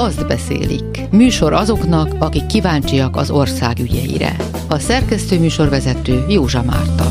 azt beszélik. Műsor azoknak, akik kíváncsiak az ország ügyeire. A szerkesztő műsorvezető Józsa Márta.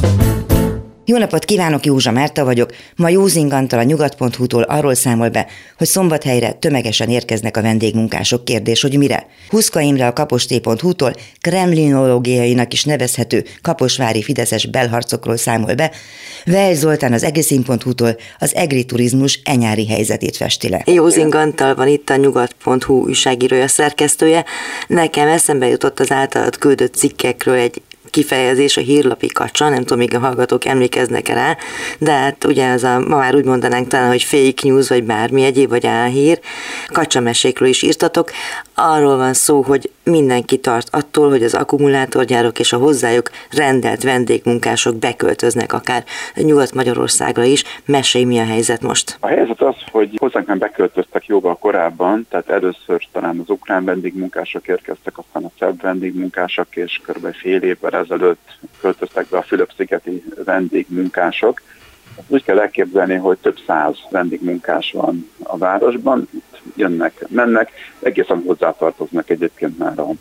Jó napot kívánok, Józsa Márta vagyok. Ma Józing Antal a nyugat.hu-tól arról számol be, hogy Szombathelyre tömegesen érkeznek a vendégmunkások. Kérdés, hogy mire? Huszka Imre a kaposté.hu-tól kremlinológiainak is nevezhető kaposvári fideszes belharcokról számol be. Vejl Zoltán az egészin.hu-tól az egri turizmus enyári helyzetét festi le. Józing Antal van itt, a nyugat.hu újságírója, szerkesztője. Nekem eszembe jutott az általad küldött cikkekről egy kifejezés, a hírlapi kacsa, nem tudom, még a hallgatók emlékeznek rá, de hát ugye az ma már úgy mondanánk talán, hogy fake news, vagy bármi egyéb, vagy álhír. Kacsamesékről is írtatok. Arról van szó, hogy mindenki tart attól, hogy az akkumulátorgyárok és a hozzájuk rendelt vendégmunkások beköltöznek akár Nyugat-Magyarországra is. Mesélj, mi a helyzet most? A helyzet az, hogy hozzánk nem beköltöztek jóval korábban, tehát először talán az ukrán vendégmunkások érkeztek, aztán a szerb vendégmunkások, és kb. Fél évvel ezelőtt költöztek be a Fülöp-szigeti vendégmunkások. Úgy kell elképzelni, hogy több száz vendégmunkás van a városban, jönnek, mennek, egészen hozzátartoznak egyébként már a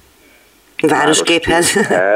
városképhez.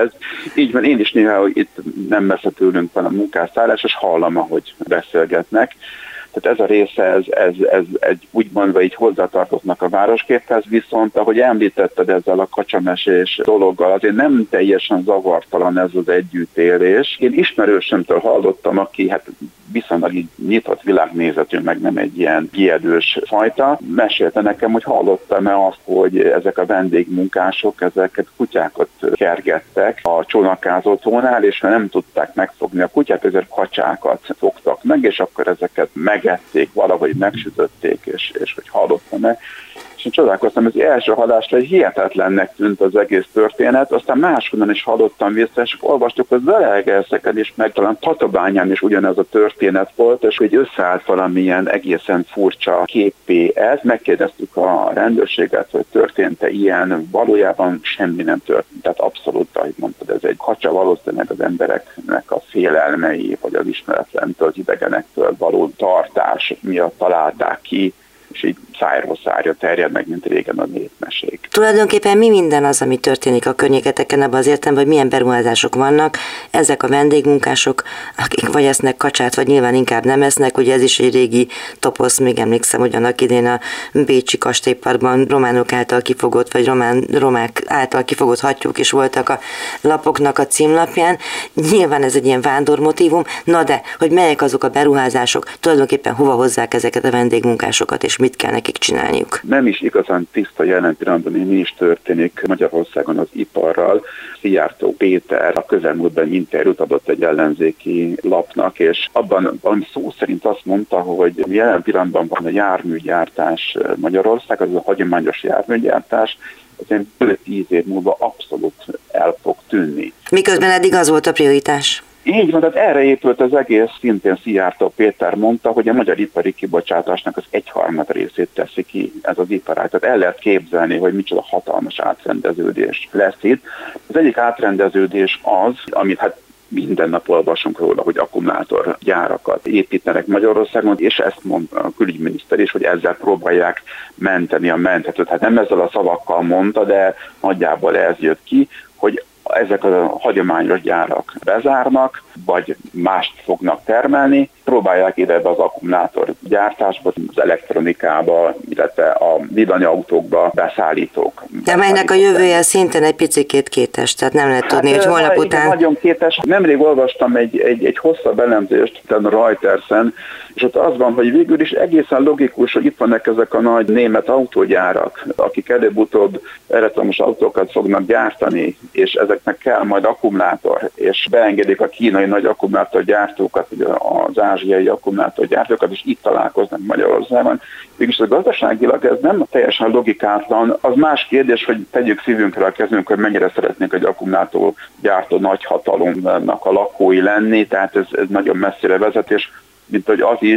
Így van, én is néha, hogy itt nem messze tőlünk van a munkásszállás, és hallom, ahogy beszélgetnek. Tehát ez a része, ez úgy mondva így hozzátartoznak a városképhez, viszont ahogy említetted ezzel a kacsamesés dologgal, azért nem teljesen zavartalan ez az együttélés. Én ismerősömtől hallottam, aki hát viszonylag így nyitott világnézetű, meg nem egy ilyen kijedős fajta. Mesélte nekem, hogy hallottam-e azt, hogy ezek a vendégmunkások, ezeket kutyákat kergettek a csónakázótónál, és nem tudták megfogni a kutyát, ezért kacsákat fogtak meg, és akkor ezeket megették, valahogy megsütötték, és hogy hallottam-e. És én csodálkoztam, az első hallásra hihetetlennek tűnt az egész történet, aztán máshonnan is hallottam vissza, és olvastuk, hogy Zalaegerszegen is, meg talán Tatabányán is ugyanez a történet volt, és hogy összeállt valamilyen egészen furcsa képpé ez. Megkérdeztük a rendőrséget, hogy történt-e ilyen, valójában semmi nem történt. Tehát abszolút, ahogy mondtad, ez egy kacsa, valószínűleg az embereknek a félelmei, vagy az ismeretlentől, az idegenektől való tartás miatt találták ki, és így szájról szárra terjed meg, mint régen a népmesék. Tulajdonképpen mi minden az, ami történik a környéketeken, abban az értelemben, hogy milyen beruházások vannak, ezek a vendégmunkások, akik vagy esznek kacsát, vagy nyilván inkább nem esznek, ugye ez is egy régi toposz, még emlékszem, hogy annak idén a bécsi kastélyparkban románok által kifogott, vagy romák által kifogott hattyúk is voltak a lapoknak a címlapján. Nyilván ez egy ilyen vándormotívum, na de, hogy melyek azok a beruházások, tulajdonképpen hova hozzák ezeket a vendégmunkásokat, és mit kell nekik csinálniuk? Nem is igazán tiszta jelen pillanatban, mi is történik Magyarországon az iparral. Szijjártó Péter a közelmúltban interjút adott egy ellenzéki lapnak, és abban valami szó szerint azt mondta, hogy jelen pillanatban van a járműgyártás Magyarország, az a hagyományos járműgyártás, ez 5-10 év múlva abszolút el fog tűnni. Miközben eddig az volt a prioritás. Így van, tehát erre épült az egész, szintén Szijjártó Péter mondta, hogy a magyar ipari kibocsátásnak az 1/3 részét teszi ki ez az iparág. Tehát el lehet képzelni, hogy micsoda hatalmas átrendeződés lesz itt. Az egyik átrendeződés az, amit hát minden nap olvasunk róla, hogy akkumulátorgyárakat építenek Magyarországon, és ezt mondta a külügyminiszter is, hogy ezzel próbálják menteni a menthetőt. Hát nem ezzel a szavakkal mondta, de nagyjából ez jött ki, hogy ezek a hagyományos gyárak bezárnak, vagy mást fognak termelni, próbálják ide be az akkumulátorgyártásba, az elektronikába, illetve a villanyautókba beszállítók. De melynek a jövője szintén egy picikét kétes, tehát nem lehet tudni, hogy holnap után... Nagyon kétes. Nemrég olvastam egy hosszabb elemzést a Reutersen, és ott az van, hogy végül is egészen logikus, hogy itt vannak ezek a nagy német autógyárak, akik előbb-utóbb elektromos autókat fognak gyártani, és ezeknek kell majd akkumulátor, és beengedik a kínai nagy akkumulátorgyártókat, az ázsiai akkumulátorgyártókat, és itt találkoznak Magyarországon. Végülis a gazdaságilag ez nem teljesen logikátlan. Az más kérdés, hogy tegyük szívünkre a kezünk, hogy mennyire szeretnénk egy akkumulátorgyártó nagyhatalomnak a lakói lenni, tehát ez nagyon messzire vezet, és mint hogy az is,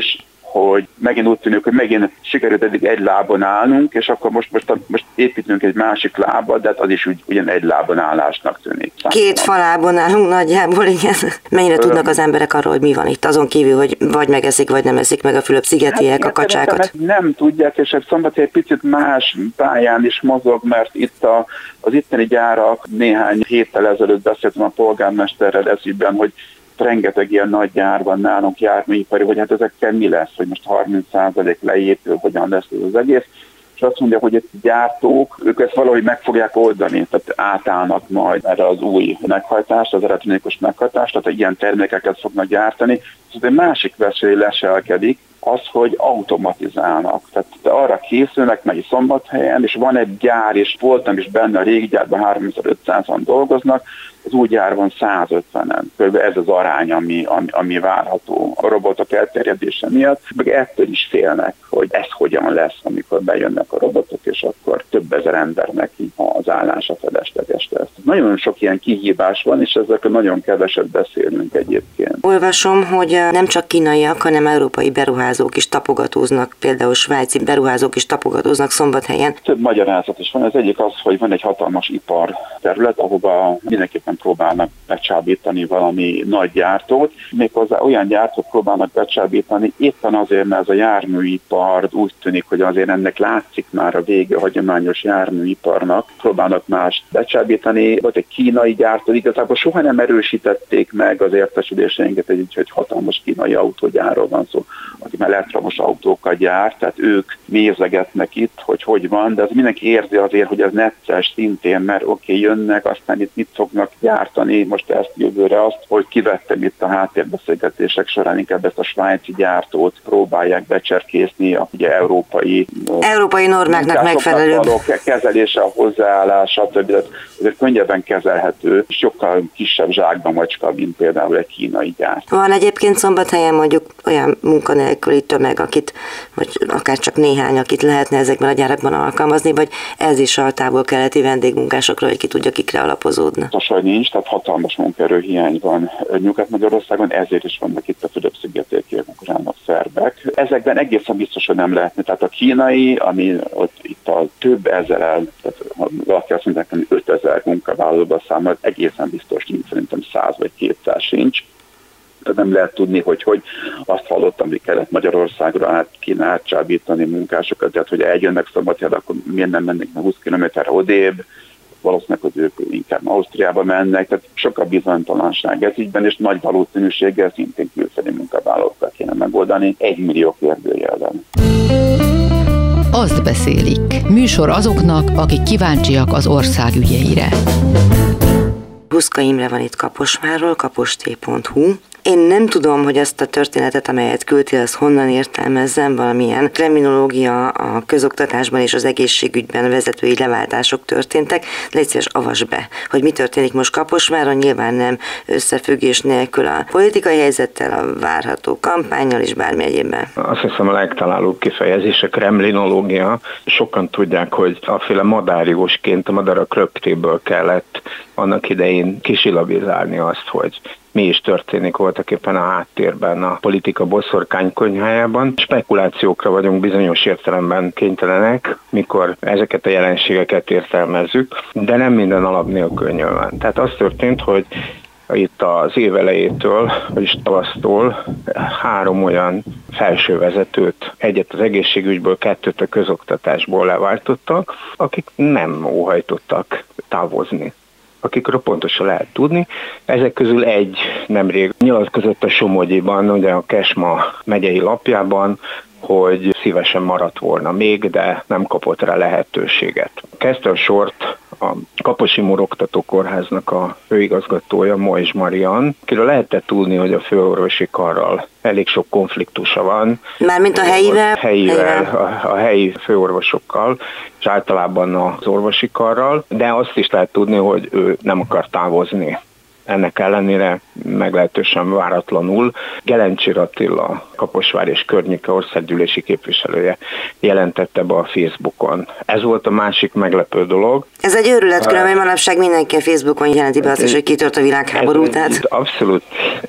hogy megint úgy tűnik, hogy megint sikerült eddig egy lábon állnunk, és akkor most építünk egy másik lábat, de az is ugyan egy lábon állásnak tűnik. Két falábon állunk nagyjából, igen. Mennyire tudnak az emberek arról, hogy mi van itt, azon kívül, hogy vagy megeszik, vagy nem eszik meg a Fülöp-szigetiek a kacsákat? Nem tudják, és Szombathely egy picit más pályán is mozog, mert itt az itteni gyárak, néhány héttel ezelőtt beszéltem a polgármesterrel ezügyben, hogy rengeteg ilyen nagy gyár van nálunk, járműipari, hogy hát ezekkel mi lesz, hogy most 30% leépül, hogyan lesz ez az egész. És azt mondja, hogy itt gyártók, ők ezt valahogy meg fogják oldani, tehát átállnak majd erre az új meghajtást, az elektronikus meghajtást, tehát ilyen termékeket fognak gyártani. És egy másik veszély leselkedik, az, hogy automatizálnak. Tehát arra készülnek, megy Szombathelyen, és van egy gyár, és voltam is benne, a régi gyárban 3500-an dolgoznak, az új gyárban 150-en. Kb. Ez az arány, ami várható a robotok elterjedése miatt. Meg ettől is félnek, hogy ez hogyan lesz, amikor bejönnek a robotok, és akkor több ezer embernek az állása felesleges lesz. Nagyon sok ilyen kihívás van, és ezekről nagyon keveset beszélünk egyébként. Olvasom, hogy nem csak kínaiak, hanem európai beruházók is tapogatóznak, például svájci beruházók is tapogatóznak Szombathelyen. Több magyarázat is van. Az egyik az, hogy van egy hatalmas iparterület, ahova mindenképpen próbálnak becsábítani valami nagy gyártót. Méghozzá olyan gyártót próbálnak becsábítani, éppen azért, mert ez a járműipar úgy tűnik, hogy azért ennek látszik már a vége a hagyományos járműiparnak. Próbálnak más becsábítani. Volt egy kínai gyártó, igazából soha nem erősítették meg az értesüléseinket, hogy hatalmas kínai autógyárról van szó, aki már elektromos autókat gyárt, tehát ők mézegetnek itt, hogy van, de az mindenki érzi azért, hogy ez necces szintén, mert jönnek, aztán itt mit fognak gyártani, most ezt jövőre azt, hogy kivettem itt a háttérbeszélgetések során, inkább ezt a svájci gyártót próbálják becserkészni a ugye európai normáknak megfelelő kezelése, a hozzáállása, többi, azért könnyebben kezelhető, sokkal kisebb zsákban macska, mint például egy kínai gyár. Van egyébként Szombathelyen mondjuk olyan munkanélküli tömeg, vagy akár csak néhány, akit lehetne ezekben a gyárakban alkalmazni, vagy ez is a távol-keleti vendégmunkásokra, hogy ki tudja, kikre alapozódna? Hogy nincs, tehát hatalmas munkaerőhiány van Nyugat-Magyarországon, ezért is vannak itt a Fülöp-szigetiek, ukránok, szerbek. Ezekben egészen biztos, hogy nem lehetne. Tehát a kínai, ami ott itt a több ezerrel, tehát ha valaki azt mondják, hogy 5000 munkavállalóban számol, egészen biztos nincs, szerintem 100 vagy 200 sincs. Nem lehet tudni, hogy azt hallottam, hogy Kelet-Magyarországra kéne átcsábítani munkásokat, tehát hogy eljönnek Szombathelyre, akkor miért nem mennek 20 kilométerre odébb, valószínűleg, hogy ők inkább Ausztriába mennek, tehát sok a bizonytalanság ez ügyben, és nagy valószínűséggel szintén külföldi munkavállalókkal kéne megoldani 1 millió kérdőjellel. Azt beszélik. Műsor azoknak, akik kíváncsiak az ország ügyeire. Huszka Imre van itt Kaposvárról, kapost.hu. Én nem tudom, hogy azt a történetet, amelyet küldtél, azt honnan értelmezzem, valamilyen kriminológia a közoktatásban és az egészségügyben vezetői leváltások történtek. Légy szíves, avasd be, hogy mi történik most Kaposváron, nyilván nem összefüggés nélkül a politikai helyzettel, a várható kampánnyal és bármi egyébben. Azt hiszem a legtalálóbb kifejezés a kremlinológia. Sokan tudják, hogy aféle madárjósként a madarak röptéből kellett annak idején kisilabizálni azt, hogy mi is történik voltak éppen a háttérben a politika boszorkánykonyhájában. Spekulációkra vagyunk bizonyos értelemben kénytelenek, mikor ezeket a jelenségeket értelmezzük, de nem minden alap nélkül nyilván. Tehát az történt, hogy itt az év elejétől, vagyis tavasztól 3 olyan felsővezetőt, egyet az egészségügyből, 2 a közoktatásból leváltottak, akik nem óhajtottak távozni, akikről pontosan lehet tudni. Ezek közül egy nemrég nyilatkozott a Somogyiban, ugye a Kesma megyei lapjában, hogy szívesen maradt volna még, de nem kapott rá lehetőséget. Kezdte a sort a Kaposi Mór Oktatókórháznak a főigazgatója, Mojzs Marian, akiről lehetett tudni, hogy a főorvosi karral elég sok konfliktusa van. Mármint a helyivel? A helyi főorvosokkal, és általában az orvosi karral, de azt is lehet tudni, hogy ő nem akar távozni ennek ellenére meglehetősen váratlanul Gelencsir Attila, Kaposvár és környéke országgyűlési képviselője jelentette be a Facebookon. Ez volt a másik meglepő dolog. Ez egy őrület, különben manapság mindenki a Facebookon jelenti be azt is, hogy kitört a világháború. Tehát... Abszolút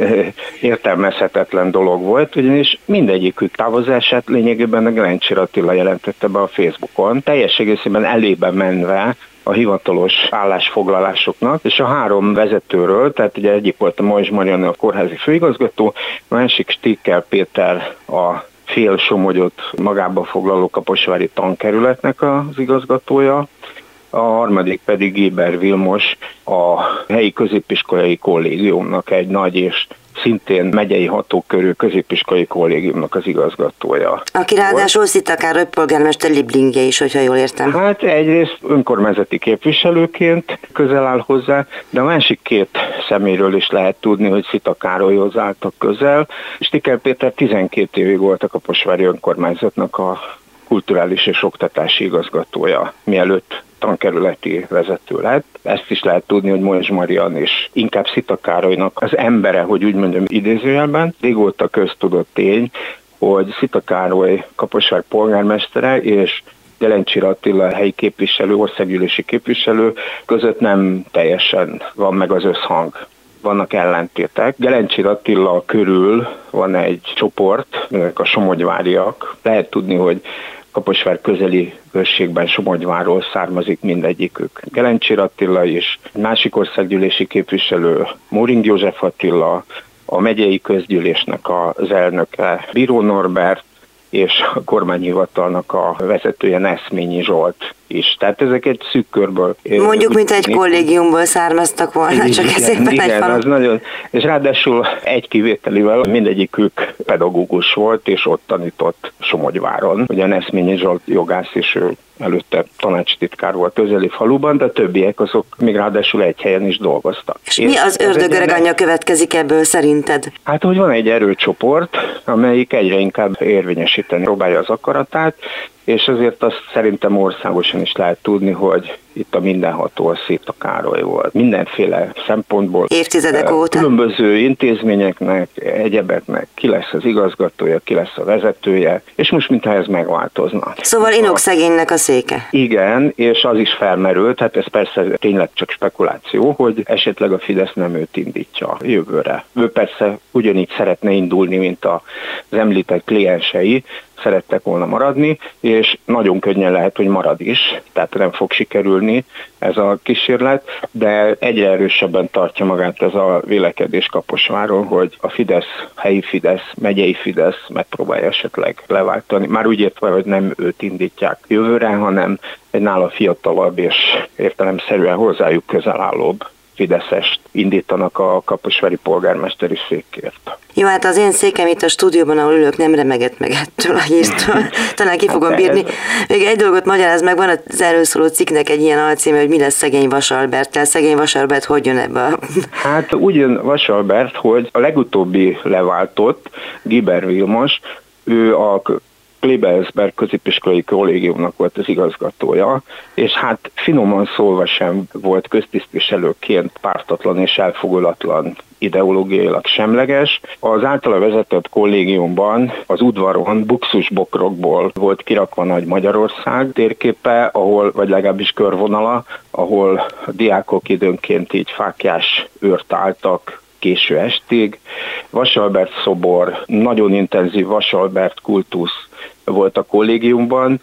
értelmezhetetlen dolog volt, ugyanis mindegyikük távozását lényegében a Gelencsir Attila jelentette be a Facebookon, teljes egészében elébe menve a hivatalos állásfoglalásoknak, és a 3 vezetőről, tehát ugye egyik volt a Majzs Marianna, a kórházi főigazgató, a másik Stikkel Péter, a fél Somogyot magába foglaló kaposvári tankerületnek az igazgatója, a harmadik pedig Géber Vilmos, a helyi középiskolai kollégiumnak egy nagy és szintén megyei hatókörű középiskolai kollégiumnak az igazgatója. Aki ráadásul Szita Károly polgármester liblingje is, hogyha jól értem. Hát egyrészt önkormányzati képviselőként közel áll hozzá, de a másik 2 személyről is lehet tudni, hogy Szita Károlyhoz álltak közel. Stikkel Péter 12 évig volt a kaposvári önkormányzatnak a kulturális és oktatási igazgatója, mielőtt tankerületi vezető lett. Ezt is lehet tudni, hogy Majzs Marian és inkább Szita Károlynak az embere, hogy úgy mondjam idézőjelben. Régóta köztudott tény, hogy Szita Károly Kaposvár polgármestere és Gelencsir Attila helyi képviselő, országgyűlési képviselő között nem teljesen van meg az összhang. Vannak ellentétek. Gelencsir Attila körül van egy csoport, a somogyváriak. Lehet tudni, hogy Kaposvár közeli községben Somogyvárról származik mindegyikük. Gelencsir Attila is, másik országgyűlési képviselő Móring József Attila, a megyei közgyűlésnek az elnöke Bíró Norbert, és a kormányhivatalnak a vezetője Neszményi Zsolt is. Tehát ezek egy szűk körből. Mondjuk, mint egy kollégiumból származtak volna, csak ezért egy az nagyon, és ráadásul egy kivételivel mindegyikük pedagógus volt, és ott tanított Somogyváron. Ugye Neszményi Zsolt jogász, és ő előtte tanácstitkár volt közeli faluban, de a többiek azok még ráadásul egy helyen is dolgoztak. És mi az ördögöreg anyja következik ebből szerinted? Hát, hogy van egy erőcsoport, amelyik egyre inkább érvényesíteni próbálja az akaratát, és azért azt szerintem országosan is lehet tudni, hogy itt a mindenható a Szita Károly volt. Mindenféle szempontból. Évtizedek óta. Különböző intézményeknek, egyebeknek ki lesz az igazgatója, ki lesz a vezetője, és most mintha ez megváltozna. Szóval Inok szegénynek a széke. Igen, és az is felmerült, hát ez persze tényleg csak spekuláció, hogy esetleg a Fidesz nem őt indítja jövőre. Ő persze ugyanígy szeretne indulni, mint az említett kliensei, szerettek volna maradni, és nagyon könnyen lehet, hogy marad is, tehát nem fog sikerülni ez a kísérlet, de egyre erősebben tartja magát ez a vélekedés Kaposváron, hogy a Fidesz, helyi Fidesz, megyei Fidesz megpróbálja esetleg leváltani. Már úgy értve, hogy nem őt indítják jövőre, hanem egy nála fiatalabb és értelemszerűen hozzájuk közel állóbb fideszest indítanak a kaposvári polgármesteri székért. Jó, hát az én székem itt a stúdióban, ahol ülök, nem remegett meg ettől a hírtől. Talán ki fogom bírni. Még egy dolgot magyaráz meg, van az erről szóló cikknek egy ilyen alcíme, hogy mi lesz szegény Vasalberttel. Szegény Vasalbert hogy jön ebbe a... Hát úgy jön Vasalbert, hogy a legutóbbi leváltott, Géber Vilmos, ő a Klebelsberg középiskolai kollégiumnak volt az igazgatója, és hát finoman szólva sem volt köztisztviselőként pártatlan és elfogulatlan, ideológiailag semleges. Az általa vezetett kollégiumban az udvaron buxusbokrokból volt kirakva Nagy Magyarország térképe, ahol, vagy legalábbis körvonala, ahol a diákok időnként így fáklyás őrt álltak késő estig. Vasalbert szobor, nagyon intenzív Vasalbert kultusz volt a kollégiumban,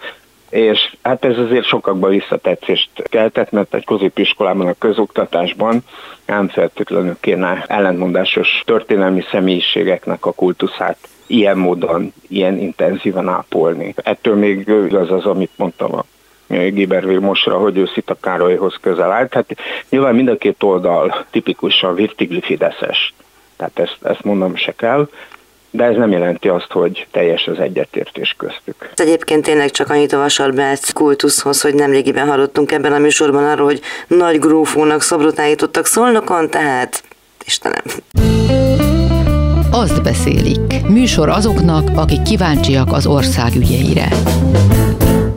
és hát ez azért sokakban visszatetszést keltett, mert egy középiskolában, a közoktatásban nem feltétlenül kéne ellentmondásos történelmi személyiségeknek a kultuszát ilyen módon, ilyen intenzíven ápolni. Ettől még igaz az, amit mondtam a Géber Vilmosra, hogy ő Szita Károlyhoz közel állt. Hát nyilván mind a két oldal tipikusan virtigli fideszes, tehát ezt mondanom se kell, de ez nem jelenti azt, hogy teljes az egyetértés köztük. Egyébként tényleg csak annyit a Vasalbert kultuszhoz, hogy nemrégiben hallottunk ebben a műsorban arról, hogy nagy grófónak szobrot állítottak Szolnokon, tehát Istenem. Azt beszélik. Műsor azoknak, akik kíváncsiak az ország ügyeire.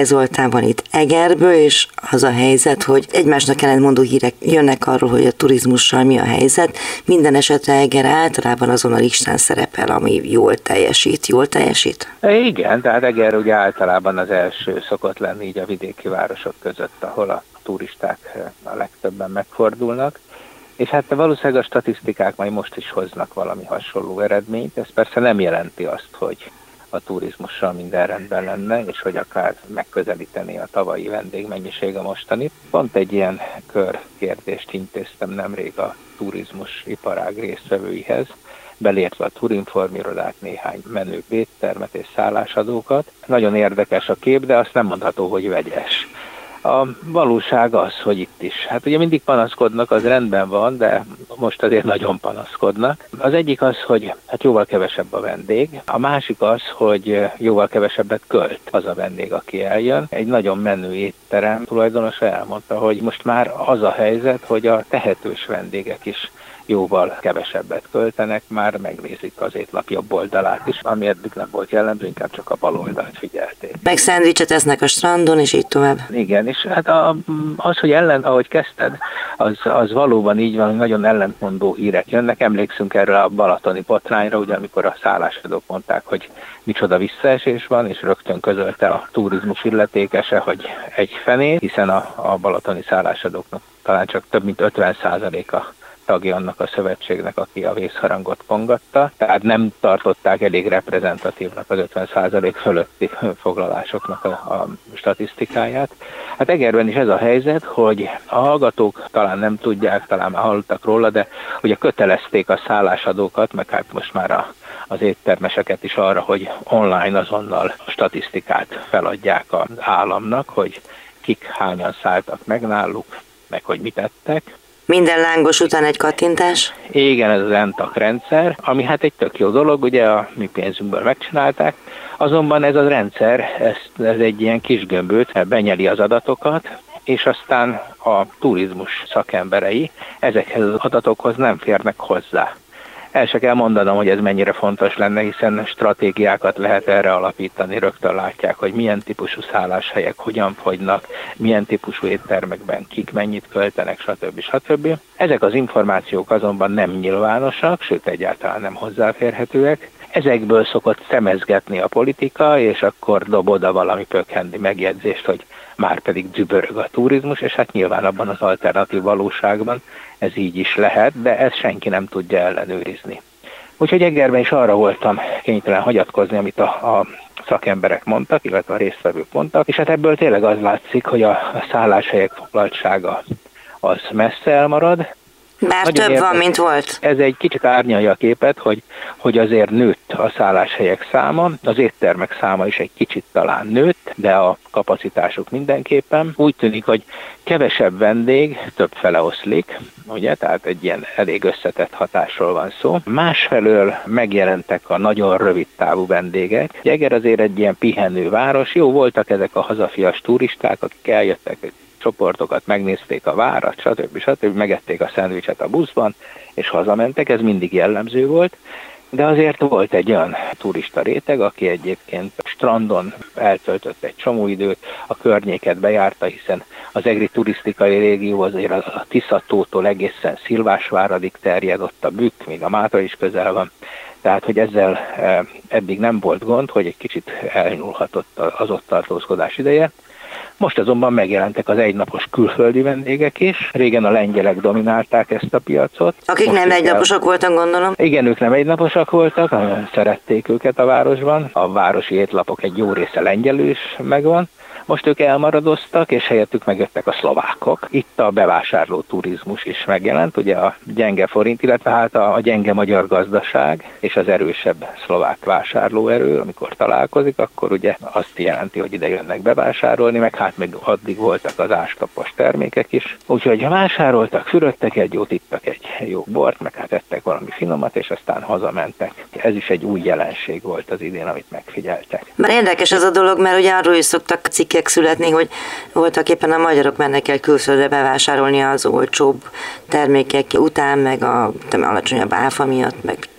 Zoltán van itt Egerből, és az a helyzet, hogy egymásnak ellentmondó hírek jönnek arról, hogy a turizmussal mi a helyzet. Minden esetre Eger általában azon a listán szerepel, ami jól teljesít. Jól teljesít? Igen, tehát Eger ugye általában az első szokott lenni így a vidéki városok között, ahol a turisták a legtöbben megfordulnak. És hát valószínűleg a statisztikák majd most is hoznak valami hasonló eredményt. Ez persze nem jelenti azt, hogy a turizmussal minden rendben lenne, és hogy akár megközelíteni a tavalyi vendégmennyiség a mostani. Pont egy ilyen körkérdést intéztem nemrég a turizmus iparág résztvevőihez, belértve a Turinform irodát, néhány menő éttermet és szállásadókat. Nagyon érdekes a kép, de azt nem mondható, hogy vegyes. A valóság az, hogy itt is. Hát ugye mindig panaszkodnak, az rendben van, de most azért nagyon panaszkodnak. Az egyik az, hogy hát jóval kevesebb a vendég. A másik az, hogy jóval kevesebbet költ az a vendég, aki eljön. Egy nagyon menő étterem tulajdonosa elmondta, hogy most már az a helyzet, hogy a tehetős vendégek is jóval kevesebbet költenek, már megnézik az étlap jobb oldalát is, ami eddig nem volt jellemző, inkább csak a bal oldalt figyelték. Meg szendvicset esznek a strandon, és így tovább. Igen, és hát az, hogy ahogy kezdted, az valóban így van, hogy nagyon ellentmondó hírek jönnek. Emlékszünk erre a balatoni botrányra, ugye amikor a szállásadók mondták, hogy micsoda visszaesés van, és rögtön közölte a turizmus illetékese, hogy egy fenét, hiszen a balatoni szállásadóknak talán csak több mint 50%-a tagja annak a szövetségnek, aki a vészharangot kongatta, tehát nem tartották elég reprezentatívnak az 50% fölötti foglalásoknak a statisztikáját. Hát Egerben is ez a helyzet, hogy a hallgatók talán nem tudják, talán már hallottak róla, de ugye kötelezték a szállásadókat, meg hát most már az éttermeseket is arra, hogy online azonnal a statisztikát feladják az államnak, hogy kik hányan szálltak meg náluk, meg hogy mit ettek. Minden lángos után egy kattintás? Igen, ez az NTAK rendszer, ami hát egy tök jó dolog, ugye a mi pénzünkből megcsinálták, azonban ez a rendszer, ez egy ilyen kis gömböt, benyeli az adatokat, és aztán a turizmus szakemberei ezekhez az adatokhoz nem férnek hozzá. El se kell mondanom, hogy ez mennyire fontos lenne, hiszen stratégiákat lehet erre alapítani, rögtön látják, hogy milyen típusú szálláshelyek hogyan fogynak, milyen típusú éttermekben kik mennyit költenek, stb. Ezek az információk azonban nem nyilvánosak, sőt egyáltalán nem hozzáférhetőek. Ezekből szokott szemezgetni a politika, és akkor dob oda valami pökhendi megjegyzést, hogy már pedig dübörög a turizmus, és hát nyilván abban az alternatív valóságban ez így is lehet, de ezt senki nem tudja ellenőrizni. Úgyhogy Egerben is arra voltam kénytelen hagyatkozni, amit a szakemberek mondtak, illetve a résztvevők mondtak, és hát ebből tényleg az látszik, hogy a szálláshelyek foglaltsága az messze elmarad. Bár nagyon több érdekes van, mint volt. Ez egy kicsit árnyalja a képet, hogy azért nőtt a szálláshelyek száma, az éttermek száma is egy kicsit talán nőtt, de a kapacitásuk mindenképpen. Úgy tűnik, hogy kevesebb vendég többfele oszlik, ugye, tehát egy ilyen elég összetett hatásról van szó. Másfelől megjelentek a nagyon rövid távú vendégek. Eger azért egy ilyen pihenő város, jó voltak ezek a hazafias turisták, akik eljöttek, csoportokat, megnézték a várat, stb. Megették a szendvicset a buszban, és hazamentek, ez mindig jellemző volt, de azért volt egy olyan turista réteg, aki egyébként strandon eltöltött egy csomó időt, a környéket bejárta, hiszen az egri turisztikai régió azért a Tisza-tótól egészen Szilvásváradig terjed, ott a Bükk, még a Mátra is közel van, tehát hogy ezzel eddig nem volt gond, hogy egy kicsit elnyúlhatott az ott tartózkodás ideje. Most azonban megjelentek az egynapos külföldi vendégek is. Régen a lengyelek dominálták ezt a piacot. Akik most nem egynaposak voltak, gondolom. Igen, ők nem egynaposak voltak, szerették őket a városban. A városi étlapok egy jó része lengyelül is megvan. Most ők elmaradoztak, és helyettük megjöttek a szlovákok. Itt a bevásárló turizmus is megjelent, ugye a gyenge forint, illetve hát a gyenge magyar gazdaság és az erősebb szlovák vásárlóerő, amikor találkozik, akkor ugye azt jelenti, hogy ide jönnek bevásárolni, meg hát még addig voltak az ástapos termékek is. Úgyhogy vásároltak, fürödtek egy jót, ittak egy jó bort, meg hát ettek valami finomat, és aztán hazamentek. Ez is egy új jelenség volt az idén, amit megfigyeltek. Már érdekes ez a dolog, mert ugye arról is szoktak cikkek születni, hogy voltak éppen a magyarok mennek el külföldre bevásárolni az olcsóbb termékek után, meg a alacsonyabb áfa miatt, meg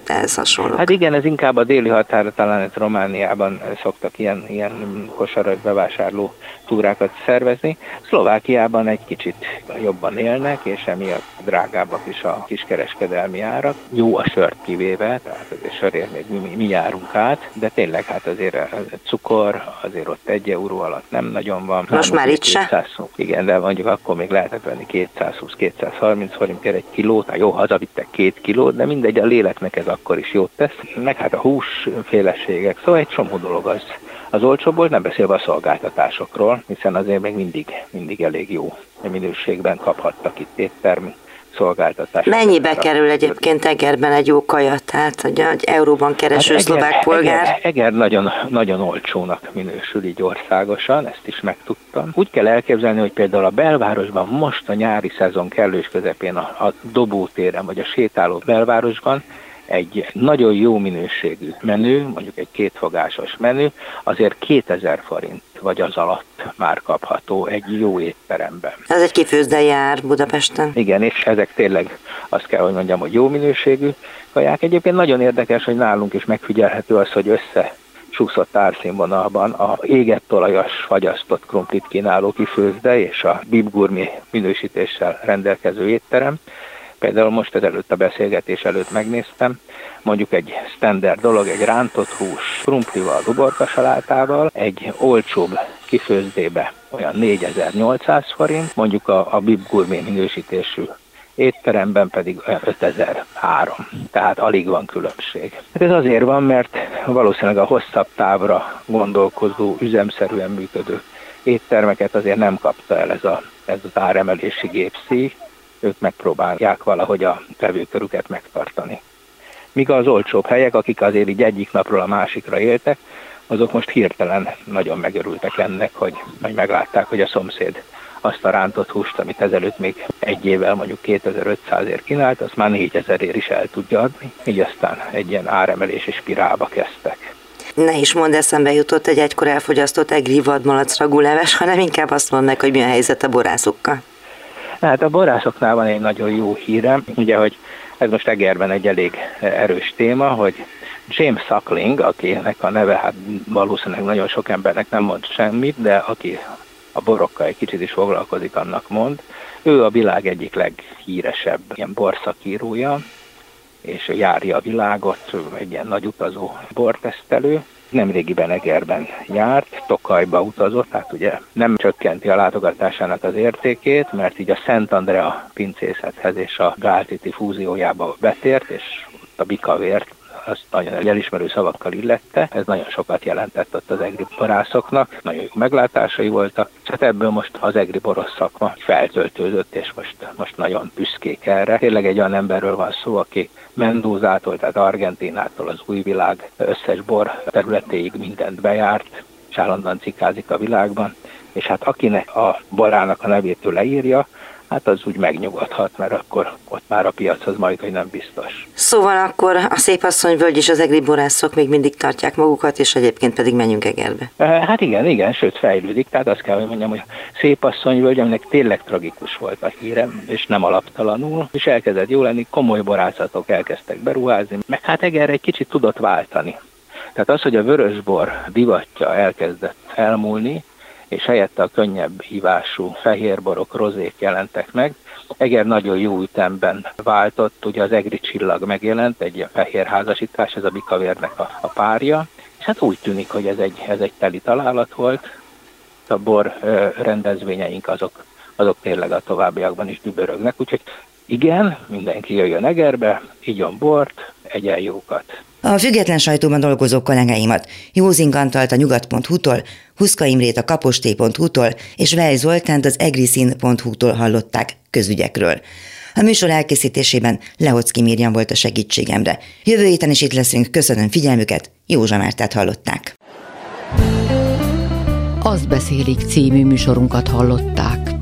ehhez hasonlók. Hát igen, ez inkább a déli határa, talán Romániában szoktak ilyen kosaras bevásárló túrákat szervezni. Szlovákiában egy kicsit jobban élnek, és emiatt drágábbak is a kiskereskedelmi árak. Jó a sört kivéve, tehát azért sörért még mi járunk át, de tényleg hát azért a cukor, azért ott 1 euró alatt nem nagyon van. Most már itt se? Igen, de mondjuk akkor még lehetett venni 220-230 forintért egy kilót. Jó, hazavittek 2 kilót, de mindegy, a léleknek ez akkor is jót tesz. Meg hát a húsféleségek, szóval egy csomó dolog az olcsóbb volt, nem beszélve a szolgáltatásokról, hiszen azért még mindig elég jó minőségben kaphattak itt éttermi szolgáltatást. Mennyibe kerül egyébként Egerben egy jó kaja? Tehát, hogy egy euróban kereső szlovák polgár? Eger nagyon, nagyon olcsónak minősül így országosan, ezt is megtudtam. Úgy kell elképzelni, hogy például a belvárosban most a nyári szezon kellős közepén a dobótéren vagy a sétáló belvárosban egy nagyon jó minőségű menü, mondjuk egy 2 fogásos menü, azért 2000 forint vagy az alatt már kapható egy jó étteremben. Ez egy kifőzdei ár Budapesten. Igen, és ezek tényleg azt kell, hogy mondjam, hogy jó minőségű kaják. Egyébként nagyon érdekes, hogy nálunk is megfigyelhető az, hogy összesúszott árszínvonalban a égett olajas fagyasztott krumplit kínáló kifőzde és a Bib Gourmet minősítéssel rendelkező étterem. Például most ezelőtt a beszélgetés előtt megnéztem, mondjuk egy standard dolog, egy rántott hús, krumplival, uborkasalátával, egy olcsóbb kifőzdébe olyan 4800 forint, mondjuk a Bib Gourmet minősítésű étteremben pedig olyan 5003, tehát alig van különbség. Ez azért van, mert valószínűleg a hosszabb távra gondolkozó, üzemszerűen működő éttermeket azért nem kapta el ez az áremelési gépszíj, ők megpróbálják valahogy a vevőkörüket megtartani. Míg az olcsóbb helyek, akik azért így egyik napról a másikra éltek, azok most hirtelen nagyon megörültek ennek, hogy meglátták, hogy a szomszéd azt a rántott húst, amit ezelőtt még egy évvel mondjuk 2500-ért kínált, azt már 4000-ért is el tudja adni. Így aztán egy ilyen áremelési spirálba kezdtek. Ne is mondd, eszembe jutott egy egykor elfogyasztott egri vadmalac ragúleves, hanem inkább azt mondd meg, hogy mi a helyzet a borászokkal. Hát a borászoknál van egy nagyon jó hírem, ugye, hogy ez most Egerben egy elég erős téma, hogy James Suckling, akinek a neve hát valószínűleg nagyon sok embernek nem mond semmit, de aki a borokkal egy kicsit is foglalkozik, annak mond. Ő a világ egyik leghíresebb ilyen borszakírója, és járja a világot, egy ilyen nagy utazó bortesztelő. Nemrégiben Egerben járt, Tokajba utazott, hát ugye nem csökkenti a látogatásának az értékét, mert így a Szent Andrea pincészethez és a Gáltiti fúziójába betért, és ott a bikavért azt nagyon elismerő szavakkal illette. Ez nagyon sokat jelentett ott az egri borászoknak, nagyon jó meglátásai voltak, és hát ebből most az egri borosz szakma feltöltődött, és most nagyon büszkék erre. Tényleg egy olyan emberről van szó, aki Mendózától, tehát Argentínától az új világ összes bor területéig mindent bejárt, és állandóan cikázik a világban, és hát akinek a borának a nevétől leírja, hát az úgy megnyugodhat, mert akkor ott már a piac az majd, hogy nem biztos. Szóval akkor a Szépasszonyvölgy és az egri borászok még mindig tartják magukat, és egyébként pedig menjünk Egerbe. Hát igen, sőt fejlődik, tehát azt kell, hogy mondjam, hogy a Szépasszonyvölgy, aminek tényleg tragikus volt a híre, és nem alaptalanul, és elkezdett jól lenni, komoly borászatok elkezdtek beruházni, meg hát Egerre egy kicsit tudott váltani. Tehát az, hogy a vörösbor divatja elkezdett elmúlni, és helyette a könnyebb ívású fehérborok, rozék jelentek meg. Eger nagyon jó ütemben váltott, ugye az egri csillag megjelent, egy fehér házasítás, ez a bikavérnek a párja, és hát úgy tűnik, hogy ez egy teli találat volt. A bor rendezvényeink azok tényleg a továbbiakban is dübörögnek, úgyhogy igen, mindenki jöjjön Egerbe, igyon bort, egyen jókat. A független sajtóban dolgozó kollégáimat, Józing Antalt a nyugat.hu-tól, Huszka Imrét a kaposté.hu-tól és Vej Zoltánt az egriszín.hu-tól hallották közügyekről. A műsor elkészítésében Lehocki Mirjam volt a segítségemre. Jövő héten is itt leszünk, köszönöm figyelmüket, Józsa Mártát hallották. Azt beszélik című műsorunkat hallották.